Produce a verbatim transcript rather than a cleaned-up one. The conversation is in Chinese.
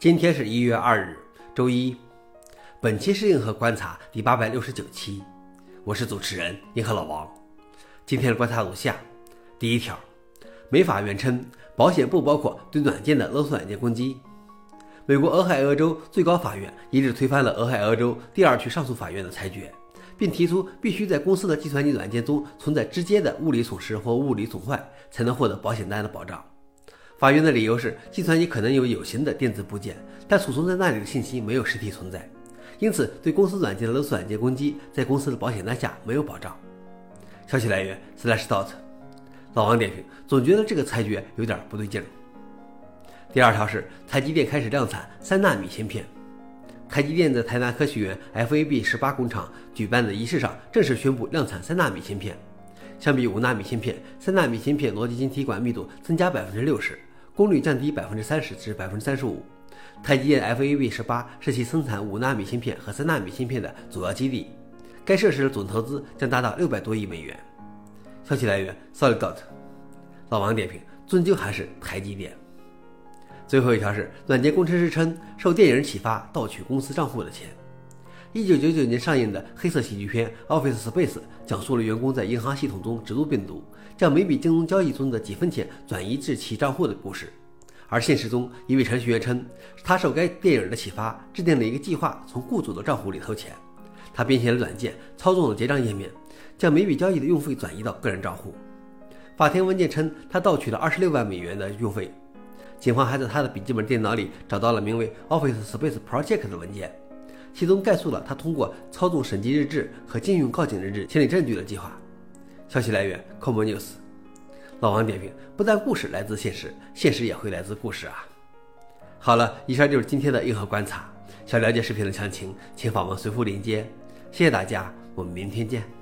今天是一月二日，周一。本期是硬核观察第八百六十九期，我是主持人硬核老王。今天的观察如下：第一条，美法院称保险不包括对软件的勒索软件攻击。美国俄亥俄州最高法院一致推翻了俄亥俄州第二区上诉法院的裁决，并提出必须在公司的计算机软件中存在直接的物理损失或物理损坏，才能获得保险单的保障。法院的理由是，计算机可能有有形的电子部件，但储存在那里的信息没有实体存在，因此对公司软件的勒索软件攻击在公司的保险单下没有保障。消息来源 Slashdot。 老王点评，总觉得这个裁决有点不对劲儿。第二条是台积电开始量产三纳米芯片。台积电在台南科学园 F A B 十八工厂举办的仪式上正式宣布量产三纳米芯片。相比五纳米芯片，三纳米芯片逻辑晶体管密度增加 百分之六十， 功率降低 百分之三十 至 百分之三十五。 台积电 F A B 十八是其生产五纳米芯片和三纳米芯片的主要基地，该设施的总投资将达到六百多亿美元。消息来源 SolidDot。 老王点评，终究还是台积电。最后一条是软件工程师称受电影启发盗取公司账户的钱。一九九九年上映的黑色喜剧片 Office Space 讲述了员工在银行系统中植入病毒，将每笔金融交易中的几分钱转移至其账户的故事。而现实中，一位程序员称他受该电影的启发，制定了一个计划从雇主的账户里偷钱。他编写了软件，操纵了结账页面，将每笔交易的用费转移到个人账户。法庭文件称他盗取了二十六万美元的用费。警方还在他的笔记本电脑里找到了名为 Office Space Project 的文件，其中概述了他通过操纵审计日志和禁用告警日志清理证据的计划。消息来源 Common News。 老王点评，不但故事来自现实，现实也会来自故事啊。好了，以上就是今天的硬核观察。想了解视频的详情，请访问随附链接。谢谢大家，我们明天见。